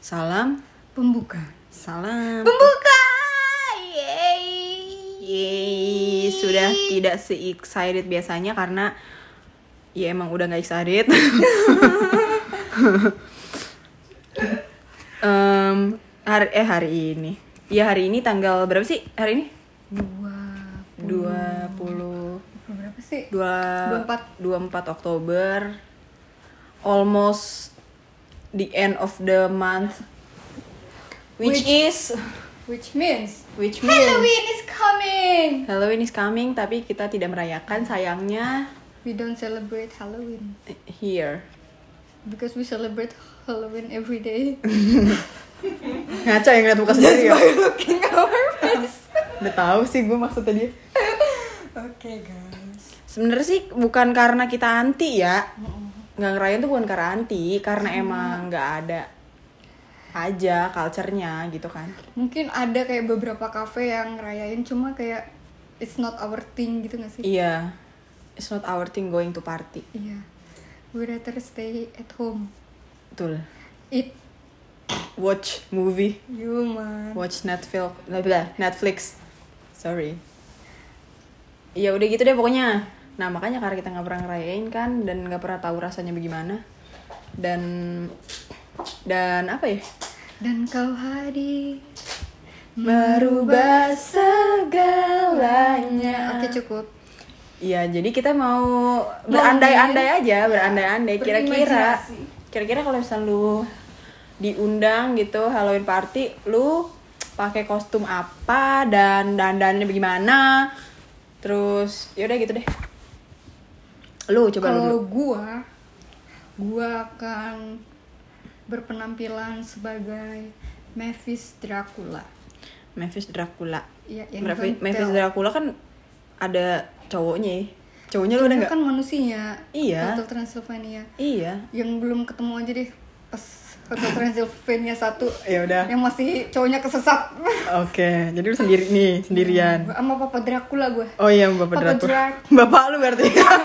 Salam Pembuka. Salam Pembuka. Yeay. Sudah tidak se-excited biasanya karena ya emang udah gak excited. Hari ini. Ya hari ini tanggal berapa sih hari ini? 20 berapa sih? 24 Oktober. Almost the end of the month. Which means Halloween is coming. Halloween is coming, tapi kita tidak merayakan sayangnya We don't celebrate Halloween here. because we celebrate Halloween every day. Ngaca yang ngeliat muka sendiri ya. By looking our face. Udah tahu sih gue maksudnya dia. Oke, guys. Sebenarnya sih bukan karena kita anti ya. Nggak ngerayain tuh bukan karena anti, karena emang nggak ada aja culture-nya gitu kan. Mungkin ada kayak beberapa cafe yang ngerayain, cuma kayak it's not our thing gitu gak sih? Iya. It's not our thing going to party. Iya. We rather stay at home. Betul. Eat. Watch movie, Human. watch Netflix. Sorry. Ya udah gitu deh pokoknya. Nah makanya karena kita nggak pernah ngerayain kan dan nggak pernah tahu rasanya bagaimana dan apa ya? Dan kau hadir Merubah segalanya. Oke, cukup. Iya, jadi kita mau berandai-andai aja, berandai-andai. Kira-kira kalau misalnya lu diundang gitu Halloween party, lu pakai kostum apa dan dandannya bagaimana? Terus ya udah gitu deh. Lu coba Kalau dulu. gua akan berpenampilan sebagai Mavis Dracula. Mavis Dracula. Iya, yang Mavis Dracula kan ada cowoknya ya. Cowoknya lu udah enggak? Kan manusia. Iya. Hotel Transylvania. Iya. Yang belum ketemu aja deh pas Hotel Transylvania 1. Ya udah. Yang masih cowoknya kesesat. Oke, jadi lu sendiri nih, sendirian. Gua sama Papa Dracula gua. Oh iya, Bapak Papa Dracula. Bapak lu berarti.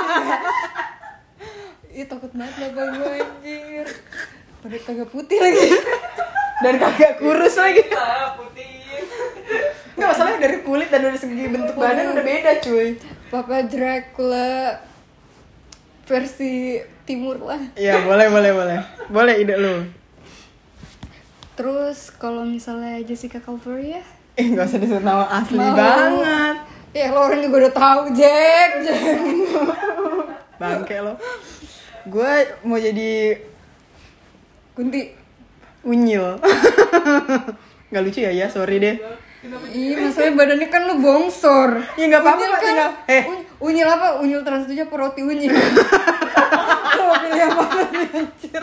Ih, takut banget bapak gua anjir. Pada kagak putih lagi. Dan kagak kurus lagi. Putih. Nggak, masalahnya dari kulit dan dari segi bentuk badan udah beda cuy. Papa Dracula versi timur lah. Iya, boleh. Boleh ide lu. Terus kalau misalnya Jessica Calvary ya? Nggak usah disebut nama asli Mau. banget. Ya lo orang juga udah tahu Jack. Bangke lo. Gue mau jadi Kunti. unyil. Nggak lucu ya, sorry deh. Iya, masalahnya badannya kan lu bongsor. Ya nggak apa-apa, Unyil kan, tinggal. unyil apa? Unyil trans itu apa roti unyil? Lo mau pilih yang mana nih, anjir?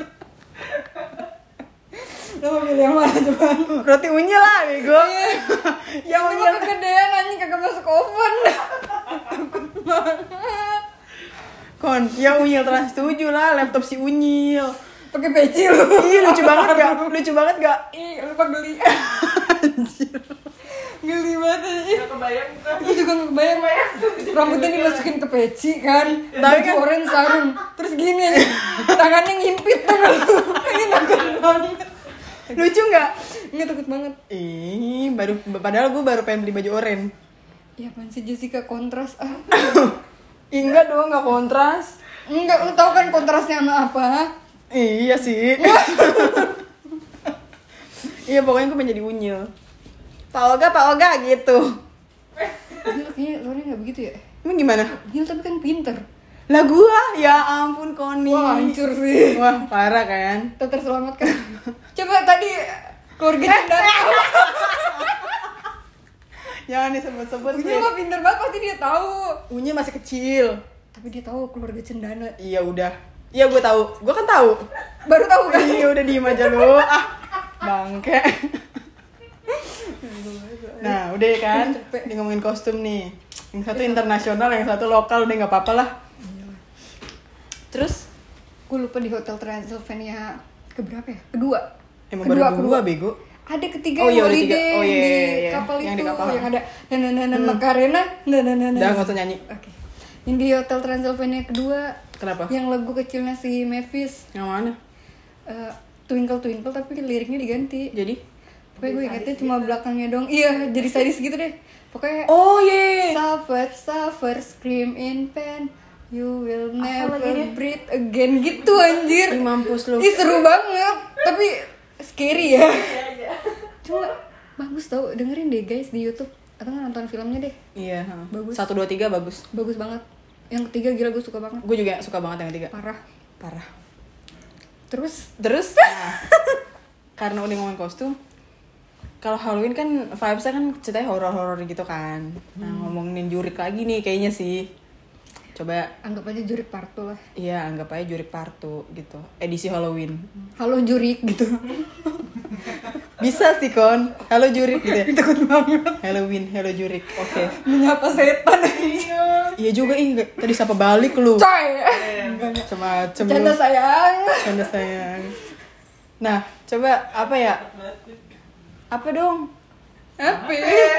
Lo mau pilih yang mana coba? Roti unyil lah, bego. Yang unyil kegedean anjing kagak masuk oven. Takut banget. Kon, ya unyil trans 7 lah, laptop si unyil. Pakai peci lu. Ih, lucu banget gak? Ih, lupa geli. Geli banget anjir. Gak kebayang tuh. Gue juga gak kebayang. Rambutnya dimasukin ke peci kan. Tapi Baju kan- orange sarung. Terus gini, tangannya ngimpit tuh. Ini takut banget. Lucu nggak? Nggak, takut banget. Padahal gue baru pengen beli baju oranye. Ya apaan sih Jessica kontras ah. Enggak dong, nggak kontras. Enggak, lu tau kan kontrasnya sama apa? Iya sih. Iya, pokoknya gue pengen jadi unyil. Pak Oga gitu. Unyil kayaknya suaranya nggak begitu ya? Emang gimana? Unyil tapi kan pinter. Lah gua, ya ampun Koni. Wah, hancur sih. Wah, parah kan? Terselamatkan. Coba tadi keluarga cendana. Jangan disebut-sebut. Unyil mah pinter banget, pasti dia tahu. Unyil masih kecil. Tapi dia tahu keluarga cendana. Iya udah. Iya gue tahu. Gue kan tahu. Baru tahu kan? Iya udah diem aja lu. Bangke. Nah, udah kan? Dia ngomongin kostum nih. Yang satu internasional, yang satu lokal, udah nggak apa-apa lah. Terus Gue lupa di Hotel Transylvania keberapa ya? Kedua. emang baru dua bego. Ada ketiga Oh, iya, yang udah holiday tiga. Oh, iya, di iya. kapal Yang itu di kapal. yang ada Macarena. Udah nggak usah nyanyi. Oke. Yang di Hotel Transylvania kedua. Kenapa? Yang lagu kecilnya si Mavis. Yang mana? Twinkle Twinkle tapi liriknya diganti. Jadi? Pokoknya gue ingetnya cuma belakangnya dong. Iya, jadi sadis gitu deh. Pokoknya Oh yeah. suffer, scream in pain, you will never lagi dia? breathe again gitu anjir. Ih, mampus lu. Ih seru banget, tapi scary ya. Cuma bagus tau, dengerin deh guys di YouTube atau nonton filmnya deh. Iya, Bagus. 1 2 3 bagus. Bagus banget. Yang ketiga gila gue suka banget. Gue juga suka banget yang ketiga. Parah. Terus nah, karena udah ngomongin kostum, kalau Halloween kan vibes-nya kan ceritanya horor-horor gitu kan. Nah, ngomongin jurik lagi nih kayaknya sih. Coba Anggap aja jurik partu lah. iya, anggap aja jurik partu gitu. Edisi Halloween. Halo jurik gitu. Bisa sih kon. Halo jurik gitu ya. Takut banget. Halloween, hello jurik. Oke. Menyapa setan. Iya juga tadi sapa balik lu. Coy. Semacam lu. Canda sayang. Canda sayang. Nah, coba apa ya? Apa dong? Apa?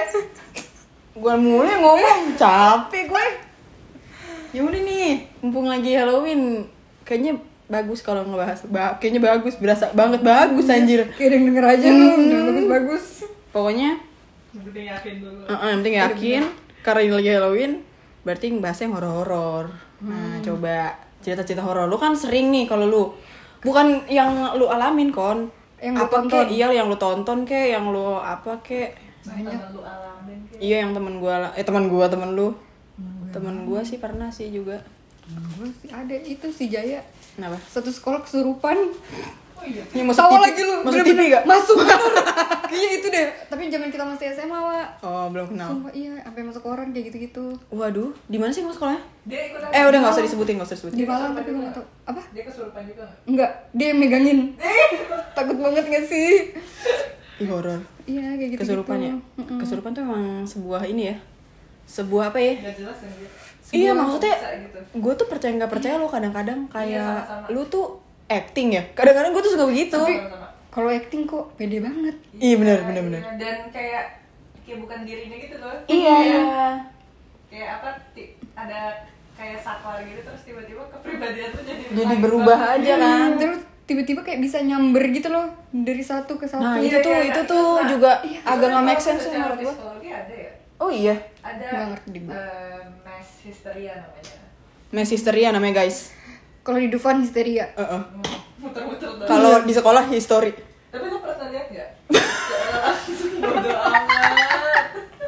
Gue mulai ngomong, capek gue. Ya udah nih, mumpung lagi Halloween, kayaknya bagus kalau ngebahas. Kayaknya bagus, berasa banget bagus anjir. Kayak denger aja lu, bagus-bagus. Pokoknya Yang penting yakin dulu. yang penting yakin karena ini lagi Halloween, berarti ngebahasnya yang horor-horor. Nah, coba cerita-cerita horor. Lu kan sering nih kalau lu bukan yang lu alamin kon. Yang lu apa tonton. kek? Iya, yang lu tonton kek, yang lu apa kek? Banyak. Lu alamin kayak. Iya, yang temen lu. Temen gua sih pernah sih juga. Gue sih ada itu si Jaya. Kenapa? Satu sekolah kesurupan. Oh iya. Ini masuk Tawa TV lagi lu. Masuk bener-bener. TV gak? Masuk. bener. Kayaknya itu deh. Tapi zaman kita masih SMA, Wak. Oh, belum kenal. Sumpah iya, sampai masuk koran kayak gitu-gitu. Waduh, di mana sih kamu sekolahnya? Dia ikut Udah enggak usah disebutin. Di Malang tapi gue gak tau. Apa? Dia kesurupan juga nggak? Enggak, dia yang megangin. Takut banget gak sih? Ih, horor. Iya, kayak gitu. Kesurupan ya? Kesurupan tuh emang sebuah ini ya. Sebuah apa ya? Nggak jelas kan dia. Iya, maksudnya Bisa gitu. gue tuh percaya nggak percaya lo kadang-kadang kayak sama-sama. lu tuh acting ya. Kadang-kadang gue tuh suka begitu. Sama-sama. Kalau acting kok pede banget. Iya, benar. Dan kayak bukan dirinya gitu loh. Iya. Kayak apa? Ada kayak saklar gitu terus tiba-tiba kepribadian tuh jadi Jadi berubah aja kan. Terus tiba-tiba kayak bisa nyamber gitu loh dari satu ke satu. Nah, Iya, itu tuh juga agak nggak make sense secara menurut gue. psikologi ada ya. Oh iya, Ada Nggak ngerti gue. mass hysteria namanya. mass hysteria namanya guys. Kalau di Dufan histeria. Muter-muter tuh. Kalau di sekolah history. Tapi lo pernah lihat nggak? Langsung bodo amat.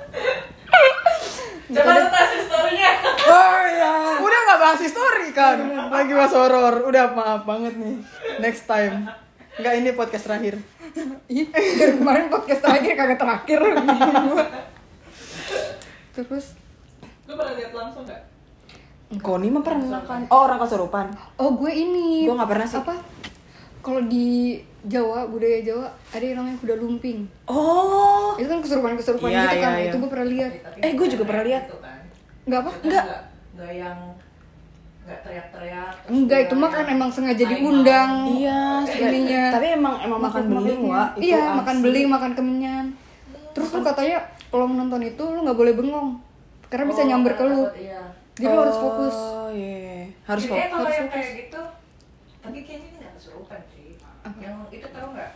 Coba lu tas historinya. Oh iya. Udah nggak bahas history kan? Lagi bahas horor. Udah maaf banget nih. Next time. Nggak, ini podcast terakhir. Ih, dari kemarin podcast terakhir kagak terakhir. Terus Lu pernah lihat langsung nggak? Koni mah pernah kan? Oh, orang kesurupan. oh gue ini. Gue nggak pernah sih. Apa? Kalau di Jawa, budaya Jawa ada yang namanya kuda lumping. Oh. Itu kan kesurupan-kesurupan Iya, gitu kan. iya, iya. Itu gue pernah lihat. Gue juga pernah lihat. Gitu kan. Enggak apa? Nggak yang nggak teriak-teriak. terus Enggak, dia itu mah kan yang emang sengaja main diundang. Iya, ininya. Tapi emang makan beling, makhluknya. Wak. Itu Iya, asli. makan beling, makan kemenyan. Terus lu katanya kalau menonton itu lu nggak boleh bengong. Karena bisa nyamber ke lu. Iya. Jadi lu harus fokus. Oh iya. Harus Jadi fokus. kalau harus yang fokus. kayak gitu, tapi kayaknya ini nggak kesurupan sih. Yang itu tahu nggak?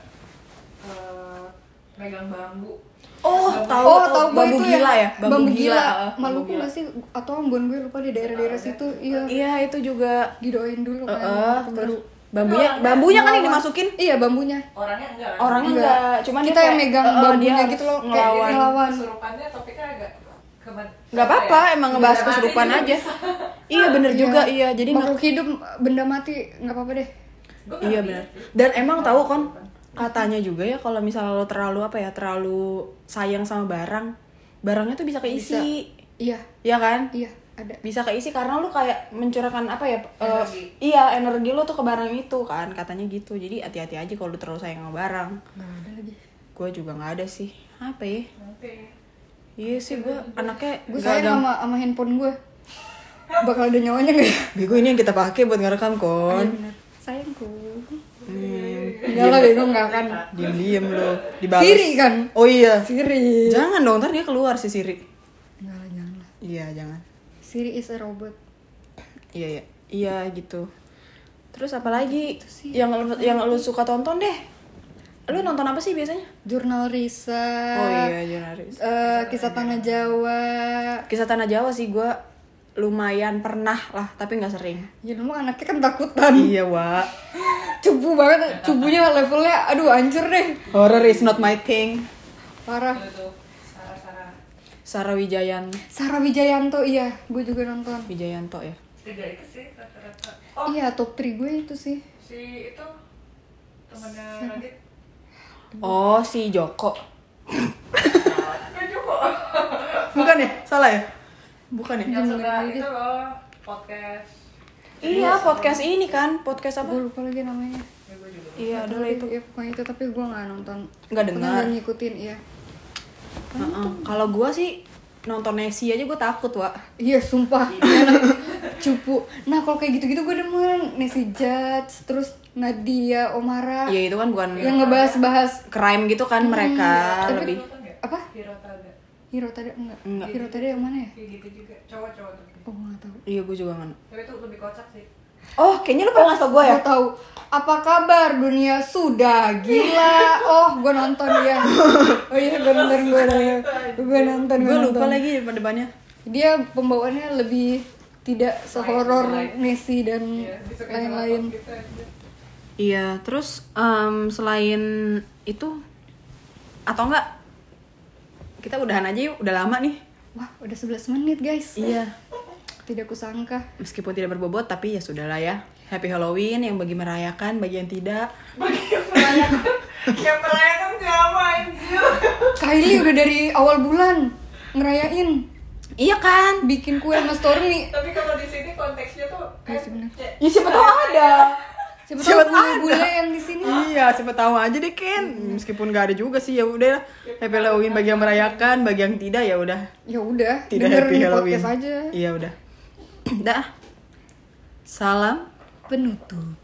Megang bambu. Oh, tahu. Oh, tahu gue bambu itu gila ya? Bambu gila. Bambu Maluku gila. nggak sih? Atau Ambon gue lupa di daerah-daerah situ. Iya. Iya, itu juga. Didoain dulu kan. Terus bambunya kan yang dimasukin. Iya, bambunya. Orangnya enggak. Kan? Orangnya enggak, cuman Kita dia yang kayak, megang dia bambunya harus gitu loh, kayak ngelawan. ngelawan. Kesurupannya topiknya agak Nggak apa-apa, emang ngebahas Benda mati kesurupan juga aja. bisa. Iya bener juga, iya. Jadi nggak. Makhluk hidup, benda mati, nggak apa-apa deh. Gua nggak Iya ngerti. benar. Dan emang tahu kan katanya juga ya kalau misalnya lo terlalu terlalu sayang sama barangnya tuh bisa keisi. Iya, Iya kan? iya, ada. Bisa keisi karena lu kayak mencurahkan apa ya? Energi. Iya, energi lu tuh ke barang itu kan, katanya gitu. Jadi hati-hati aja kalau lu terlalu sayang sama barang. Nggak ada lagi. Gue juga nggak ada sih. Apa ya? Oke. Iya sih gue anaknya Gue nggak sayang ada. sama handphone gue. Bakal ada nyawanya nggak ya? Bego ini yang kita pakai buat ngerekam kon. Iya bener. Sayangku. Hmm, Enggak lah, bego nggak kan. diem lo dibalas. Siri kan? Oh iya. Siri. Jangan dong, ntar dia keluar si Siri. Enggak lah, jangan lah. Iya jangan. Siri is a robot. Iya gitu. Terus apa lagi Itu sih. yang lu suka tonton deh? Lu nonton apa sih biasanya? Jurnal Risa. Oh iya, jurnalis. Kisah Tanah Jawa. Kisah Tanah Jawa sih gue lumayan pernah lah, tapi nggak sering. Ya dulu anaknya kan takutan. Iya, Wak. Cupu banget, cupunya levelnya aduh hancur deh. Horror is not my thing. Parah. Itu tuh Sarah Sarah Sarah Wijayanto, iya, gue juga nonton. Wijayanto ya. tiga itu sih rata-rata. Oh Iya, top 3 gue itu sih. si itu temennya Radit. Oh, si Joko. Gak juga. Bukan ya? Salah ya? Bukan ya? Yang sebelah itu loh podcast. Iya, podcast ini kan, podcast apa? Gue lupa lagi namanya. Ya, gue juga. Iya, adalah itu. Ya pokoknya itu, tapi gue nggak nonton. Nggak Pernah dengar. nggak ngikutin, iya. Kalau gue sih nonton Nessie aja gue takut, Wak. Iya, sumpah. Cupu. Nah, kalau kayak gitu-gitu gue demen. Nancy Judge, terus Nadia Omara. Iya, itu kan bukan Yang ngebahas-bahas crime gitu kan mereka tapi- lebih. Nonton nggak? apa? Hero Tada. Hero Tada enggak? Enggak. Hero Tada yang mana ya? Kayak gitu juga. Cowok-cowok tuh. Oh, gue nggak tahu. Iya, gue juga nggak. Tapi itu lebih kocak sih. Oh, kayaknya lu pernah ngasih tau gue ya? Gue tahu. Apa kabar dunia sudah gila? Oh, gue nonton ya. Oh iya, gue nonton. Gue lupa lagi depannya. Dia pembawaannya lebih tidak sehoror Nessie dan Iya, disukain sama lain-lain. kita aja. Iya, terus selain itu atau enggak kita udahan aja yuk, udah lama nih. Wah, udah 11 menit guys. Iya. Tidak kusangka. Meskipun tidak berbobot tapi ya sudahlah ya. Happy Halloween yang bagi merayakan, bagi yang tidak. Yang merayakan siapa anjir? Kylie udah dari awal bulan ngerayain, Iya kan? bikin kue sama Stormy. Tapi kalau di sini konteksnya tuh Iya sih, bener. Ya siapa tahu ada. Siapa Siapa tahu tahu bule ada. yang di sini. Iya, siapa tahu aja deh Ken. Meskipun gak ada juga sih ya udah. Happy Halloween bagi yang merayakan, bagi yang tidak ya udah. Ya udah, Tidak dengerin happy di Halloween. podcast aja. Iya udah. Dah. Salam Penutup.